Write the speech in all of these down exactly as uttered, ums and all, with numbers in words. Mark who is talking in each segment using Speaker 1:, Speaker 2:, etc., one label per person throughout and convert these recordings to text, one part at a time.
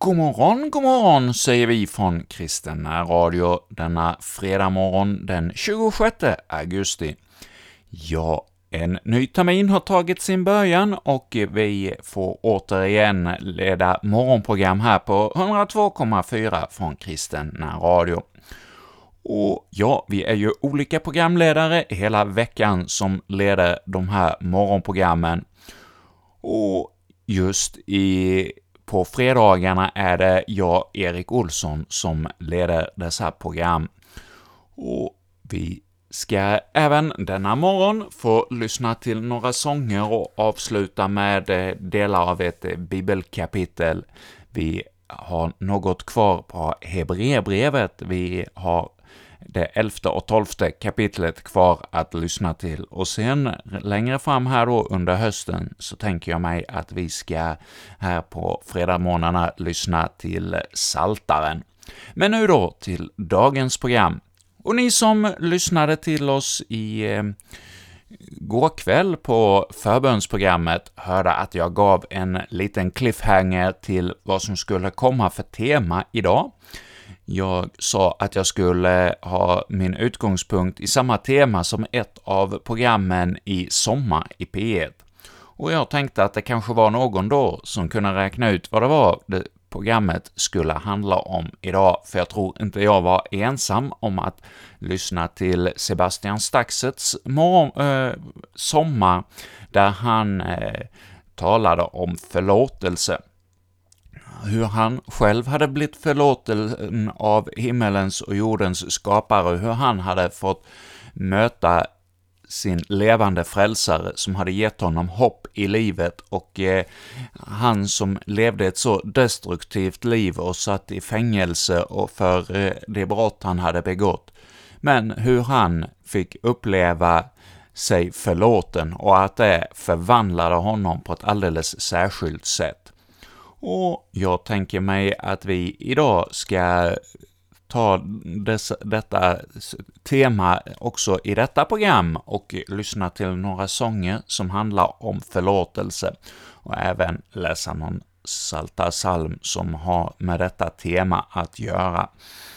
Speaker 1: God morgon, god morgon säger vi från Kristen Radio denna fredag morgon den tjugosjätte augusti. Ja, en ny termin har tagit sin början och vi får återigen leda morgonprogram här på hundratvå komma fyra från Kristen Radio. Och ja, vi är ju olika programledare hela veckan som leder de här morgonprogrammen. Och just i på fredagarna är det jag, Erik Olsson, som leder dessa program. Och vi ska även denna morgon få lyssna till några sånger och avsluta med delar av ett bibelkapitel. Vi har något kvar på Hebreerbrevet. Vi har det elfte och tolfte kapitlet kvar att lyssna till. Och sen längre fram här då under hösten så tänker jag mig att vi ska här på fredagmorgnarna lyssna till Saltaren. Men nu då till dagens program. Och ni som lyssnade till oss i eh, går kväll på förbönsprogrammet hörde att jag gav en liten cliffhanger till vad som skulle komma för tema idag. Jag sa att jag skulle ha min utgångspunkt i samma tema som ett av programmen i sommar i P ett. Och jag tänkte att det kanske var någon då som kunde räkna ut vad det var det programmet skulle handla om idag. För jag tror inte jag var ensam om att lyssna till Sebastian Staxets morgon, äh, sommar där han äh, talade om förlåtelse. Hur han själv hade blivit förlåten av himmelens och jordens skapare, hur han hade fått möta sin levande frälsare som hade gett honom hopp i livet och eh, han som levde ett så destruktivt liv och satt i fängelse och för eh, det brott han hade begått. Men hur han fick uppleva sig förlåten och att det förvandlade honom på ett alldeles särskilt sätt. Och jag tänker mig att vi idag ska ta dess, detta tema också i detta program och lyssna till några sånger som handlar om förlåtelse och även läsa någon psaltarpsalm som har med detta tema att göra.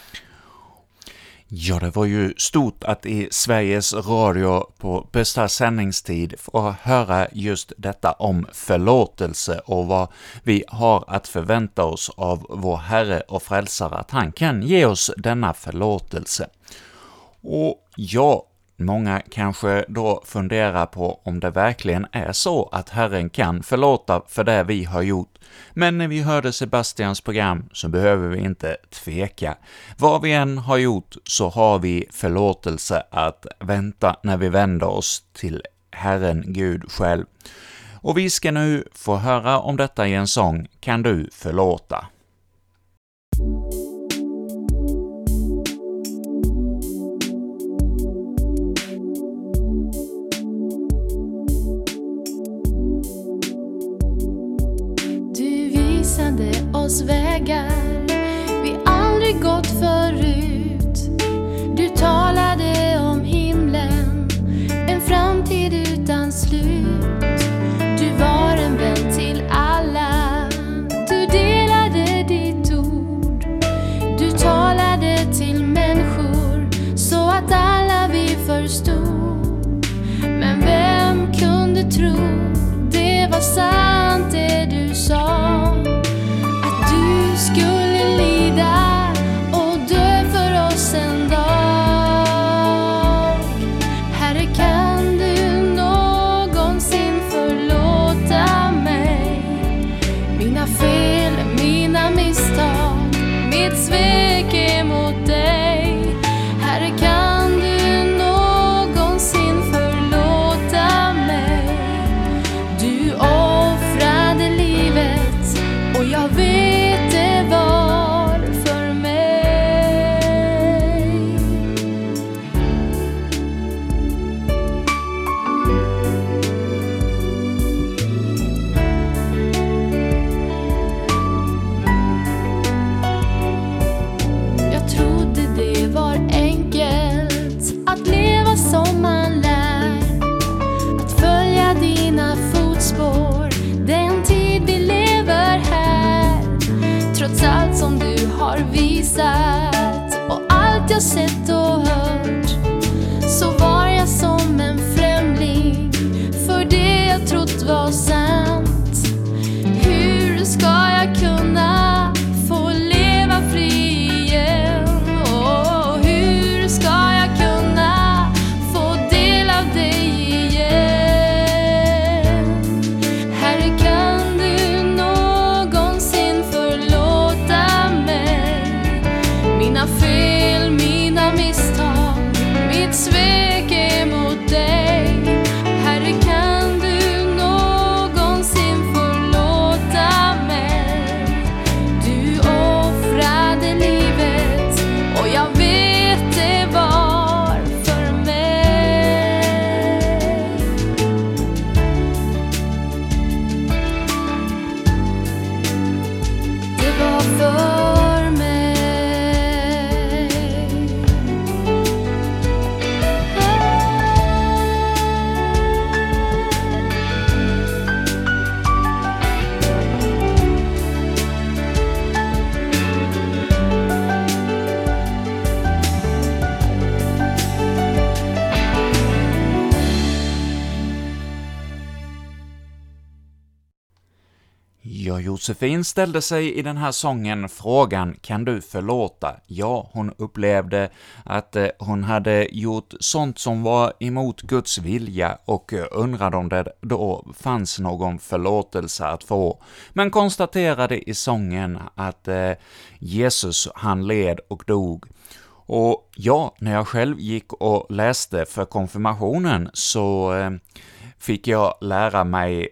Speaker 1: Ja, det var ju stort att i Sveriges Radio på bästa sändningstid få höra just detta om förlåtelse och vad vi har att förvänta oss av vår Herre och Frälsare, att han kan ge oss denna förlåtelse. Och ja, många kanske då funderar på om det verkligen är så att Herren kan förlåta för det vi har gjort. Men när vi hörde Sebastians program så behöver vi inte tveka. Vad vi än har gjort så har vi förlåtelse att vänta när vi vänder oss till Herren Gud själv. Och vi ska nu få höra om detta i en sång, Kan du förlåta?
Speaker 2: Oss vägar vi aldrig gått förut. Du talade om himlen, en framtid utan slut. Du var en vän till alla, du delade ditt ord. Du talade till människor så att alla vi förstod. Men vem kunde tro det var sant det du sa? Skulle lida och dö sett och hört, så var jag som en främling för det jag trott var sant. Hur ska jag kunna få leva fri igen? Och hur ska jag kunna få del av dig igen? Herre, kan du någonsin förlåta mig mina fel, mina misstag, mitt svek emot dig? Herre, kan du någonsin förlåta mig? Du offrade livet och jag vet det var för mig. Det var för mig.
Speaker 1: Ja, Josefin ställde sig i den här sången frågan, kan du förlåta? Ja, hon upplevde att eh, hon hade gjort sånt som var emot Guds vilja och eh, undrade om det då fanns någon förlåtelse att få. Men konstaterade i sången att eh, Jesus, han led och dog. Och ja, när jag själv gick och läste för konfirmationen så eh, fick jag lära mig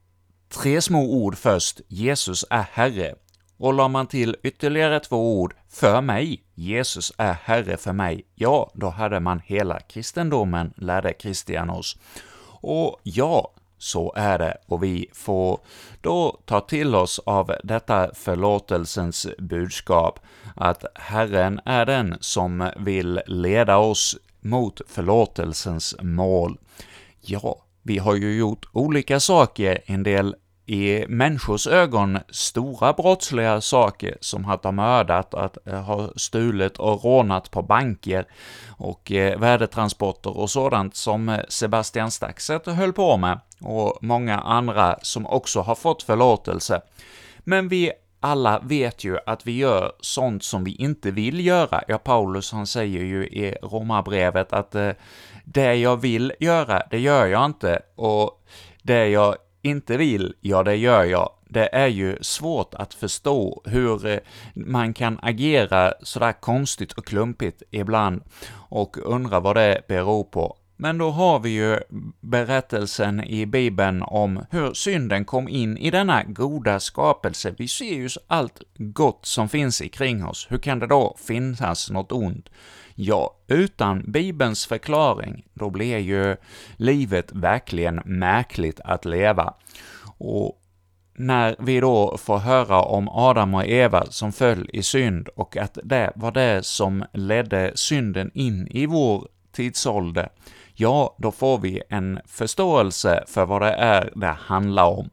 Speaker 1: tre små ord först, Jesus är Herre, och la man till ytterligare två ord, för mig, Jesus är Herre för mig, ja, då hade man hela kristendomen, lärde Kristian oss. Och ja, så är det, och vi får då ta till oss av detta förlåtelsens budskap, att Herren är den som vill leda oss mot förlåtelsens mål. Ja, vi har ju gjort olika saker, en del i människors ögon stora brottsliga saker, som att ha mördat, att ha stulit och rånat på banker och eh, värdetransporter och sådant som Sebastian Staxet höll på med, och många andra som också har fått förlåtelse. Men vi alla vet ju att vi gör sånt som vi inte vill göra. Ja, Paulus, han säger ju i Romarbrevet att eh, det jag vill göra, det gör jag inte, och det jag inte vill, ja det gör jag. Det är ju svårt att förstå hur eh, man kan agera sådär konstigt och klumpigt ibland och undra vad det beror på. Men då har vi ju berättelsen i Bibeln om hur synden kom in i denna goda skapelse. Vi ser ju allt gott som finns ikring oss. Hur kan det då finnas något ont? Ja, utan Bibelns förklaring, då blir ju livet verkligen märkligt att leva. Och när vi då får höra om Adam och Eva som föll i synd, och att det var det som ledde synden in i vår tidsålder, ja, då får vi en förståelse för vad det är det handlar om.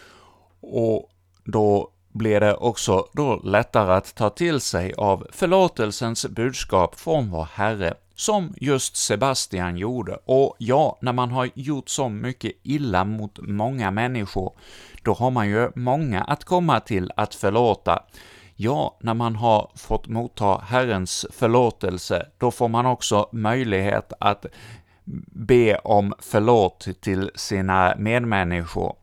Speaker 1: Och då blir det också då lättare att ta till sig av förlåtelsens budskap från vår Herre, som just Sebastian gjorde. Och ja, när man har gjort så mycket illa mot många människor, då har man ju många att komma till att förlåta. Ja, när man har fått motta Herrens förlåtelse, då får man också möjlighet att be om förlåt till sina medmänniskor.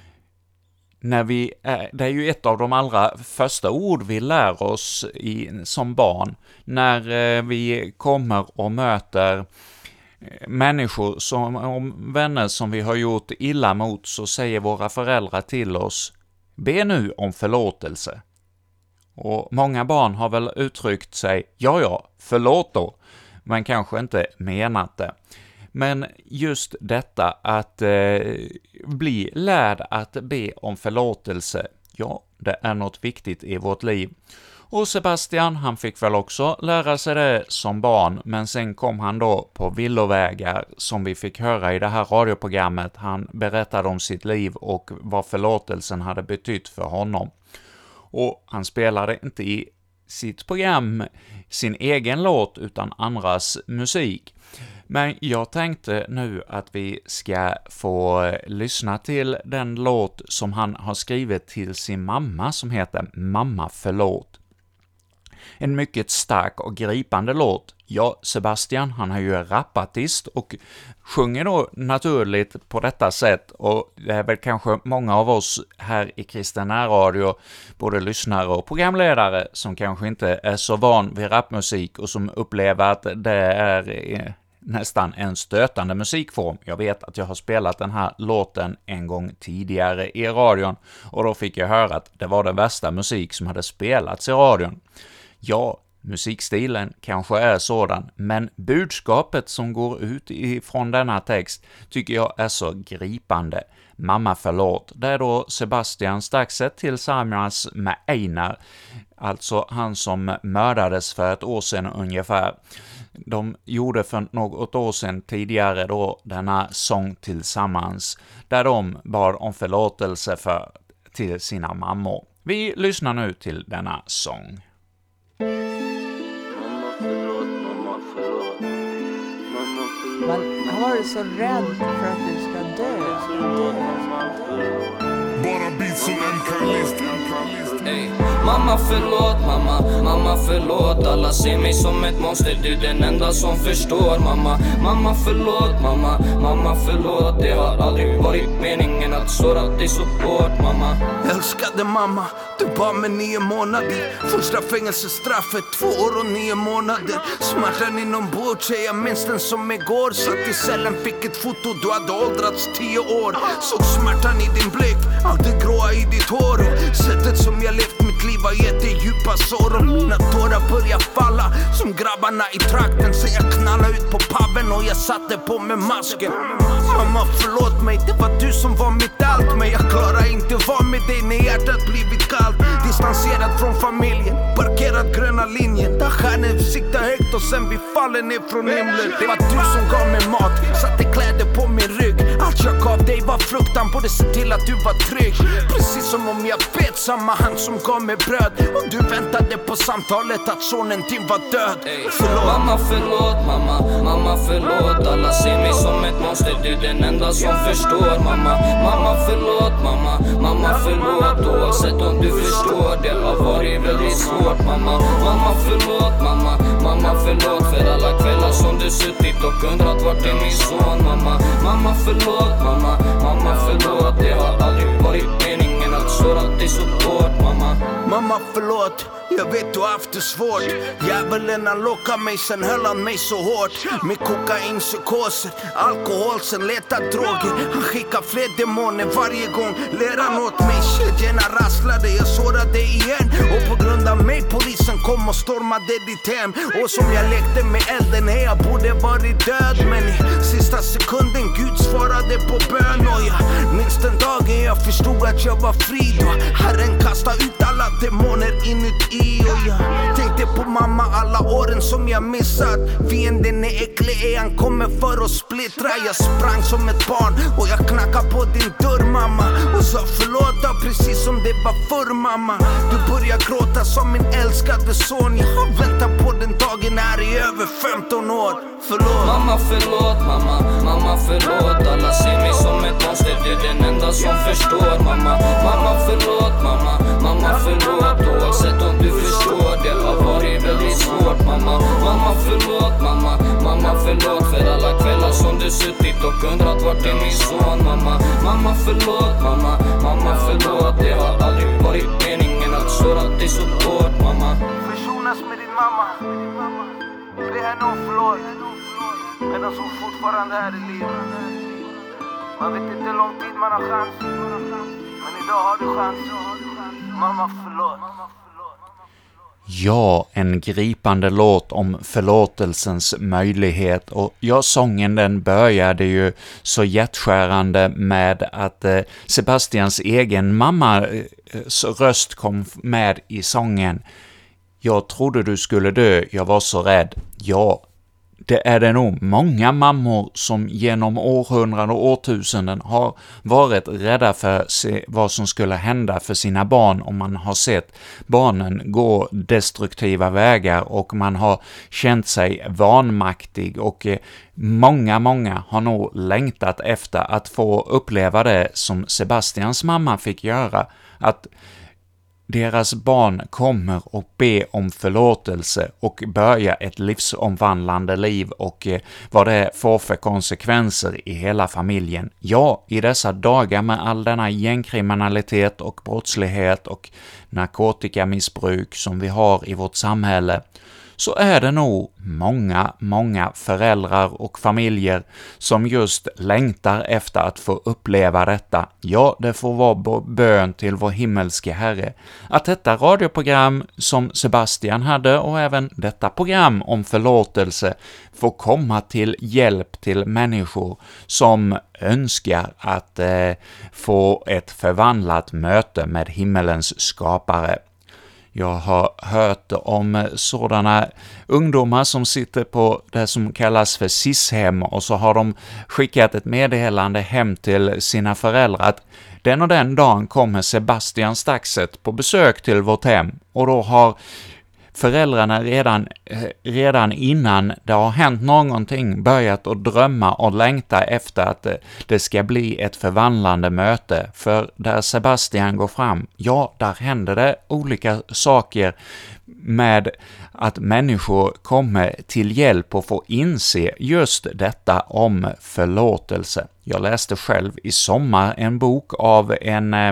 Speaker 1: När vi är, det är ju ett av de allra första ord vi lär oss i, som barn, när eh, vi kommer och möter människor, som, om vänner som vi har gjort illa mot, så säger våra föräldrar till oss, be nu om förlåtelse. Och många barn har väl uttryckt sig, ja ja, förlåt då, men kanske inte menat det. Men just detta att eh, bli lärd att be om förlåtelse, ja, det är något viktigt i vårt liv. Och Sebastian, han fick väl också lära sig det som barn, men sen kom han då på villovägar, som vi fick höra i det här radioprogrammet. Han berättade om sitt liv och vad förlåtelsen hade betytt för honom. Och han spelade inte i sitt program sin egen låt utan andras musik. Men jag tänkte nu att vi ska få lyssna till den låt som han har skrivit till sin mamma som heter Mamma förlåt. En mycket stark och gripande låt. Ja, Sebastian, han är ju rapartist och sjunger då naturligt på detta sätt, och det är väl kanske många av oss här i Kristen närradio, både lyssnare och programledare, som kanske inte är så van vid rapmusik och som upplever att det är nästan en stötande musikform. Jag vet att jag har spelat den här låten en gång tidigare i radion, och då fick jag höra att det var den värsta musik som hade spelats i radion. Ja, musikstilen kanske är sådan, men budskapet som går ut ifrån denna text tycker jag är så gripande. Mamma förlåt, det är då Sebastian Staxet tillsammans med Einar, alltså han som mördades för ett år sedan ungefär. De gjorde för något år sedan tidigare då denna sång tillsammans, där de bad om förlåtelse för, till sina mammor. Vi lyssnar nu till denna sång.
Speaker 3: Man har varit så rädd för att du ska dö.
Speaker 4: Bara bit som en kalist.
Speaker 5: Ey, mamma förlåt, mamma, mamma förlåt. Alla ser mig som ett monster, du är den enda som förstår. Mamma, mamma förlåt, mamma, mamma förlåt. Det har aldrig varit meningen att såra dig så hårt, mamma.
Speaker 6: Älskade mamma, du bar mig nio månader. Första fängelsestraffet, två år och nio månader. Smärtan inombords, jag minns den som igår. Satt i cellen, fick ett foto, du hade åldrats tio år. Såg smärtan i din blick, allt det gråa i ditt hår. Sättet som jag levt mitt liv har gett dig djupa sår. Och mina tårar börjar falla som grabbarna i trakten. Sen jag knallade ut på pubben och jag satte på mig masken. Mamma förlåt mig, det var du som var mitt allt. Men jag klarar inte vara med dig när hjärtat blivit kallt. Distanserad från familjen, parkerad gröna linjen. Där stjärnor siktar högt och sen vi faller ner från himlen. Det var du som gav mig mat, satte kläder på min rygg. Allt jag gav dig var fruktan, borde se till att du var trygg. Precis som om jag vet samma hand som gav mig bröd. Och du väntade på samtalet att sonen din var död.
Speaker 5: Förlåt. Mamma förlåt, mamma, mamma förlåt. Alla ser mig som ett monster, du är den enda som förstår. Mamma, mamma förlåt, mamma, mamma förlåt. Oavsett om du förstår, det har varit väldigt svårt. Mamma, mamma förlåt, mamma, mamma förlåt. För alla kvällar som du suttit och undrat vart är min son. Mamma, mamma förlåt, mamma, mamma förlåt. Det har aldrig varit meningen att såra dig så hårt, mamma.
Speaker 6: Mamma förlåt, jag vet du har haft det svårt. Djävulen han lockade mig, sen höll han mig så hårt. Med kokainpsykoser, alkohol, sen letar droger. Han skickar fler demoner varje gång. Ler han åt mig, kedjorna rasslade, jag sårade igen. Och på grund av mig polisen kom och stormade ditt hem. Och som jag lekte med elden, hey, jag borde varit död. Men i sista sekunden Gud svarade på bön. Och jag minns den dagen jag förstod att jag var fri. Då Herren kastade ut alla demoner inuti. Och jag tänkte på mamma alla åren som jag missat. Fienden är äcklig, han kommer för att splittra. Jag sprang som ett barn och jag knackade på din dörr, mamma. Och sa förlåt då, precis som det var förr, mamma. Du började gråta som min älskade son. Jag har väntat på den dagen här i över femton år. Förlåt.
Speaker 5: Mamma förlåt, mamma, mamma förlåt. Alla ser mig som ett monster, det är den enda som förstår. Mamma, mamma förlåt, mamma, mamma förlåt. Oavsett om du förstår, det har varit väldigt svårt. Mamma, mamma förlåt, mamma, mamma förlåt. För alla kvällar som du suttit och undrat vart är min son. Mamma, mamma förlåt, mamma, mamma förlåt. Det har aldrig varit meningen att såra dig så hårt, mamma.
Speaker 6: Försonas med din mamma. Be henne om förlåt. Medan hon fortfarande är i livet. Man vet inte hur lång tid man har chans. Men idag har du chans. Mamma förlåt.
Speaker 1: Ja, en gripande låt om förlåtelsens möjlighet, och ja, sången den började ju så hjärtskärande med att eh, Sebastians egen mammas eh, röst kom med i sången. Jag trodde du skulle dö, jag var så rädd. Ja, det är det nog många mammor som genom århundraden och årtusenden har varit rädda för se vad som skulle hända för sina barn om man har sett barnen gå destruktiva vägar och man har känt sig vanmaktig, och eh, många, många har nog längtat efter att få uppleva det som Sebastians mamma fick göra, att deras barn kommer och be om förlåtelse och börja ett livsomvandlande liv, och eh, vad det får för konsekvenser i hela familjen. Ja, i dessa dagar med all denna gängkriminalitet och brottslighet och narkotikamissbruk som vi har i vårt samhälle, så är det nog många, många föräldrar och familjer som just längtar efter att få uppleva detta. Ja, det får vara bön till vår himmelske Herre, att detta radioprogram som Sebastian hade och även detta program om förlåtelse får komma till hjälp till människor som önskar att eh, få ett förvandlat möte med himmelens skapare. Jag har hört om sådana ungdomar som sitter på det som kallas för S I S-hem, och så har de skickat ett meddelande hem till sina föräldrar att den och den dagen kommer Sebastian Staxet på besök till vårt hem, och då har föräldrarna redan, redan innan det har hänt någonting börjat att drömma och längta efter att det ska bli ett förvandlande möte, för där Sebastian går fram, ja, där händer det olika saker med att människor kommer till hjälp och får inse just detta om förlåtelse. Jag läste själv i sommar en bok av en eh,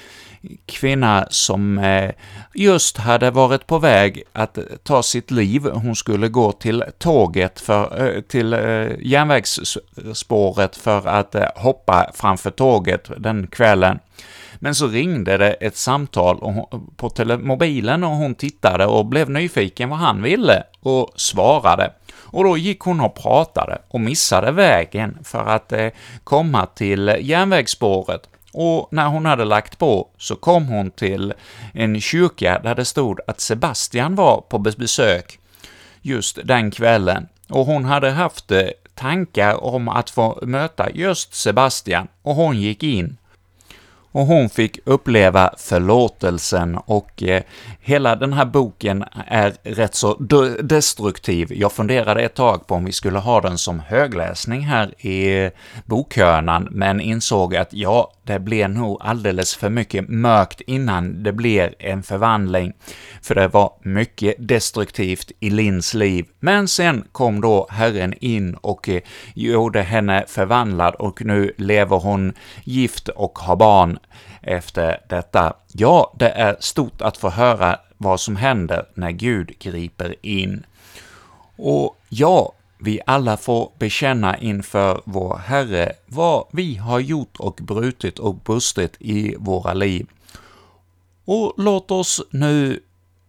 Speaker 1: kvinna som eh, just hade varit på väg att ta sitt liv. Hon skulle gå till tåget, för, eh, till eh, järnvägsspåret för att eh, hoppa framför tåget den kvällen. Men så ringde det ett samtal på mobilen, och hon tittade och blev nyfiken vad han ville och svarade. Och då gick hon och pratade och missade vägen för att eh, komma till järnvägsspåret. Och när hon hade lagt på så kom hon till en kyrka där det stod att Sebastian var på besök just den kvällen. Och hon hade haft eh, tankar om att få möta just Sebastian, och hon gick in. Och hon fick uppleva förlåtelsen, och eh, hela den här boken är rätt så destruktiv. Jag funderade ett tag på om vi skulle ha den som högläsning här i bokhörnan, men insåg att ja, det blev nog alldeles för mycket mörkt innan det blev en förvandling, för det var mycket destruktivt i Linns liv. Men sen kom då Herren in och eh, gjorde henne förvandlad, och nu lever hon gift och har barn efter detta. Ja, det är stort att få höra vad som händer när Gud griper in. Och ja, vi alla får bekänna inför vår Herre vad vi har gjort och brutit och brustit i våra liv. Och låt oss nu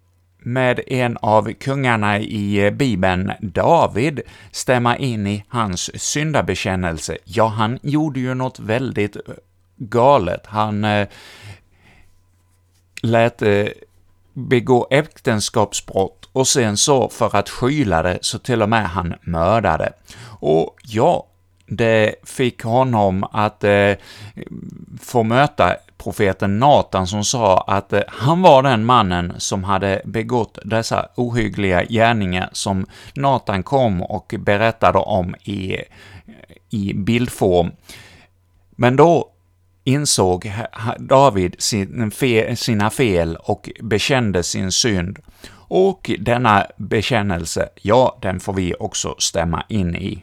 Speaker 1: med en av kungarna i Bibeln, David, stämma in i hans syndabekännelse. Ja, han gjorde ju något väldigt galet. Han eh, lät eh, begå äktenskapsbrott, och sen så för att skyla det så till och med han mördade. Och ja, det fick honom att eh, få möta profeten Natan, som sa att eh, han var den mannen som hade begått dessa ohyggliga gärningar som Natan kom och berättade om i, i bildform. Men då insåg David sin fe, sina fel och bekände sin synd. Och denna bekännelse, ja, den får vi också stämma in i.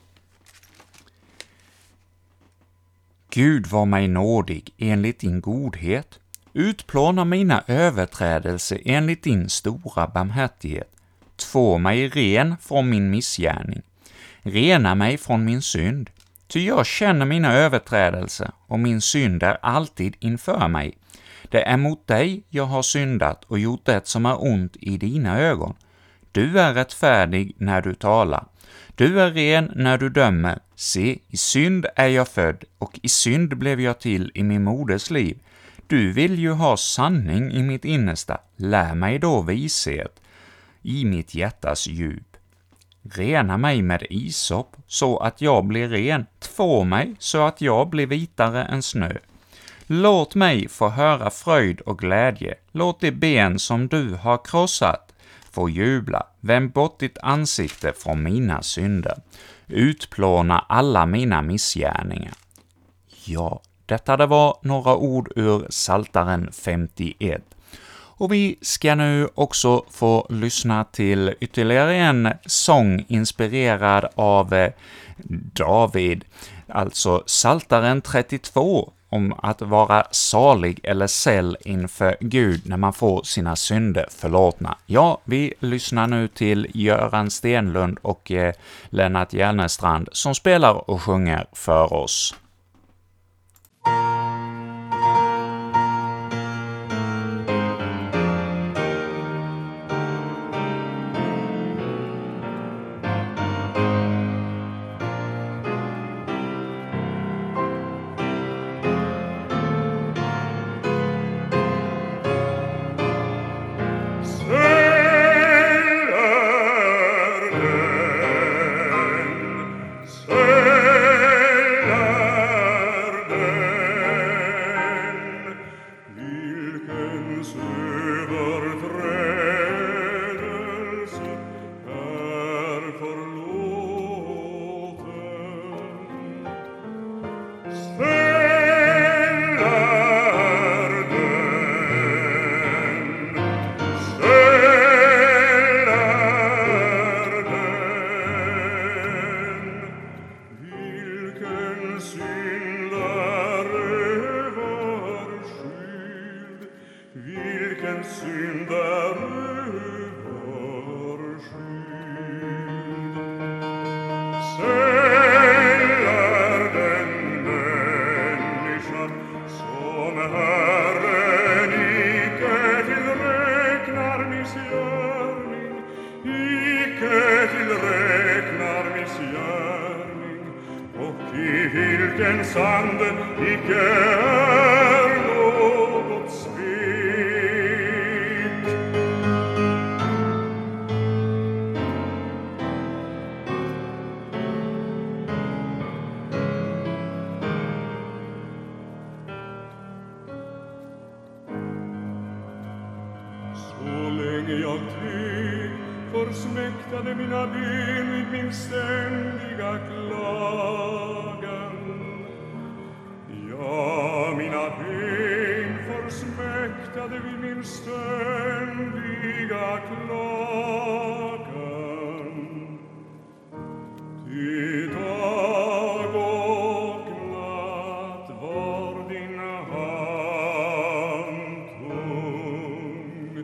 Speaker 1: Gud, var mig nådig enligt din godhet. Utplåna mina överträdelser enligt din stora barmhärtighet. Två mig ren från min missgärning. Rena mig från min synd. Ty jag känner mina överträdelser, och min synd är alltid inför mig. Det är mot dig jag har syndat och gjort det som är ont i dina ögon. Du är rättfärdig när du talar. Du är ren när du dömer. Se, i synd är jag född, och i synd blev jag till i min moders liv. Du vill ju ha sanning i mitt innersta. Lär mig då vishet i mitt hjärtas djup. Rena mig med isop, så att jag blir ren. Två mig, så att jag blir vitare än snö. Låt mig få höra fröjd och glädje. Låt de ben som du har krossat få jubla. Vänd bort ditt ansikte från mina synder. Utplåna alla mina missgärningar. Ja, detta det var några ord ur Psaltaren femtioett. Och vi ska nu också få lyssna till ytterligare en sång inspirerad av David, alltså Psaltaren trettiotvå, om att vara salig eller säll inför Gud när man får sina synder förlåtna. Ja, vi lyssnar nu till Göran Stenlund och eh, Lennart Järnestrand som spelar och sjunger för oss.
Speaker 7: Försmäktade mina ben vid min ständiga klagan. Ja, mina ben försmäktade vid min ständiga klagan. Ty dag och natt var din hand tung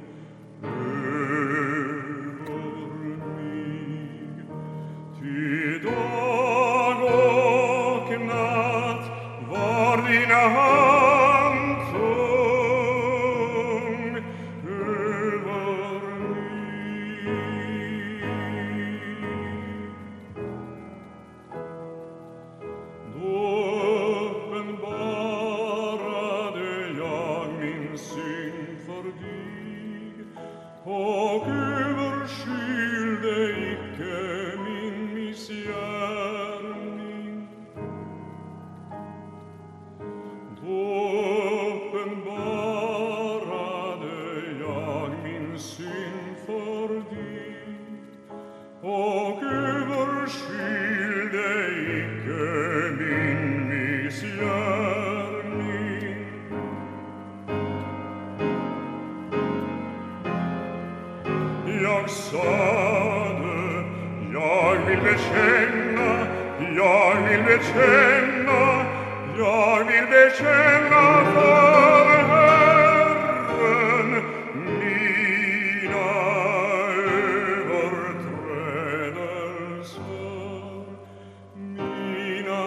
Speaker 7: Jag sade, jag vill bekänna, jag vill bekänna, jag vill bekänna för Herren mina överträdelser, mina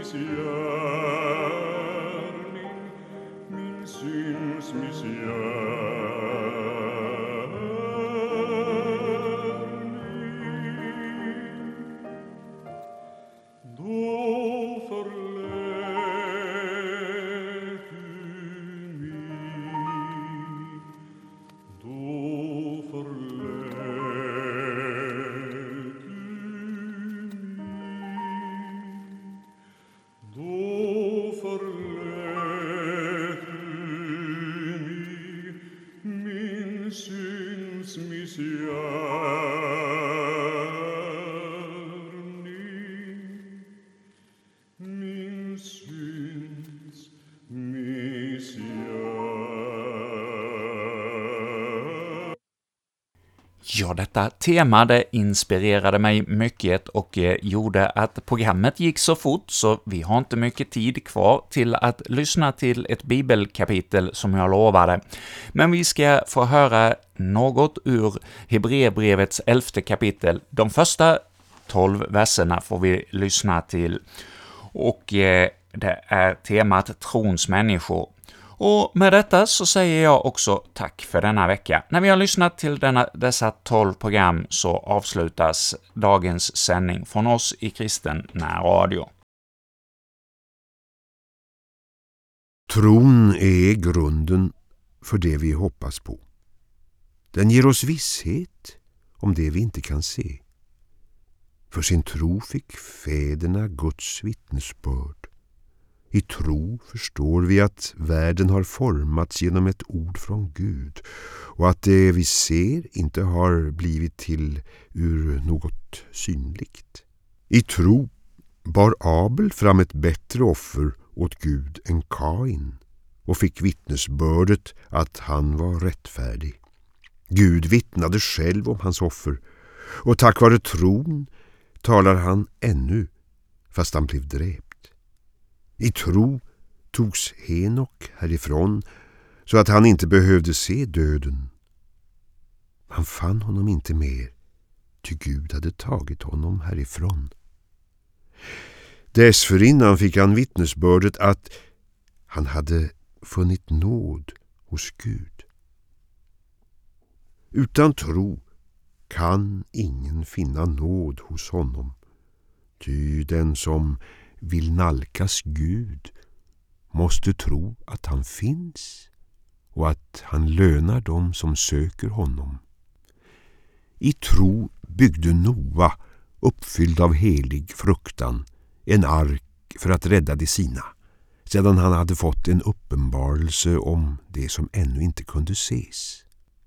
Speaker 7: missgärning, min syns missgärning. Då förlät du mig, då förlät du mig, då förlät du mig, min syns missgärning, min syns missgärning.
Speaker 1: Ja, detta tema det inspirerade mig mycket och eh, gjorde att programmet gick så fort, så vi har inte mycket tid kvar till att lyssna till ett bibelkapitel som jag lovade. Men vi ska få höra något ur Hebreerbrevets elfte kapitel. De första tolv verserna får vi lyssna till, och eh, det är temat trons människor. Och med detta så säger jag också tack för denna vecka. När vi har lyssnat till denna, dessa tolv program så avslutas dagens sändning från oss i Kristen närradio.
Speaker 8: Tron är grunden för det vi hoppas på. Den ger oss visshet om det vi inte kan se. För sin tro fick fäderna Guds vittnesbörd. I tro förstår vi att världen har formats genom ett ord från Gud och att det vi ser inte har blivit till ur något synligt. I tro bar Abel fram ett bättre offer åt Gud än Kain och fick vittnesbördet att han var rättfärdig. Gud vittnade själv om hans offer, och tack vare tron talar han ännu fast han blev dräpt. I tro togs Henok härifrån så att han inte behövde se döden. Man fann honom inte mer, ty Gud hade tagit honom härifrån. Dessförinnan fick han vittnesbördet att han hade funnit nåd hos Gud. Utan tro kan ingen finna nåd hos honom, ty den som vill nalkas Gud måste tro att han finns och att han lönar dem som söker honom. I tro byggde Noa, uppfylld av helig fruktan, en ark för att rädda de sina, sedan han hade fått en uppenbarelse om det som ännu inte kunde ses.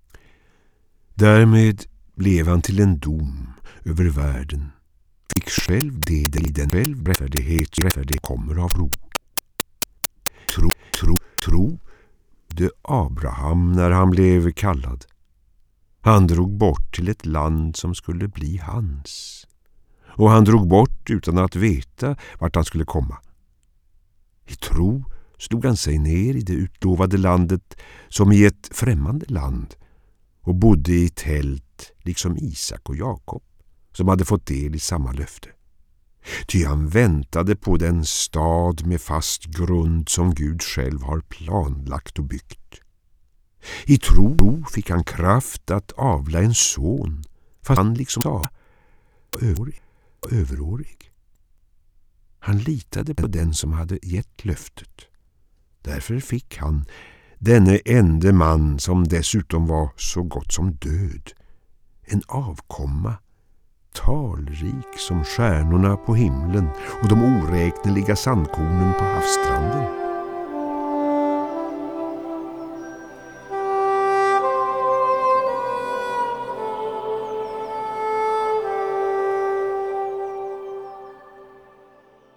Speaker 8: Därmed blev han till en dom över världen, fick själv det i den själv rättfärdighet, rättfärdighet kommer av tro. Tro, tro, tro, det Abraham när han blev kallad. Han drog bort till ett land som skulle bli hans. Och han drog bort utan att veta vart han skulle komma. I tro slog han sig ner i det utlovade landet som i ett främmande land och bodde i tält liksom Isak och Jakob, som hade fått del i samma löfte. Ty han väntade på den stad med fast grund som Gud själv har planlagt och byggt. I tro fick han kraft att avla en son, fast han liksom sa överårig, överårig. Han litade på den som hade gett löftet. Därför fick han, denne ende man som dessutom var så gott som död, en avkomma, talrik som stjärnorna på himlen och de oräkneliga sandkornen på havsstranden.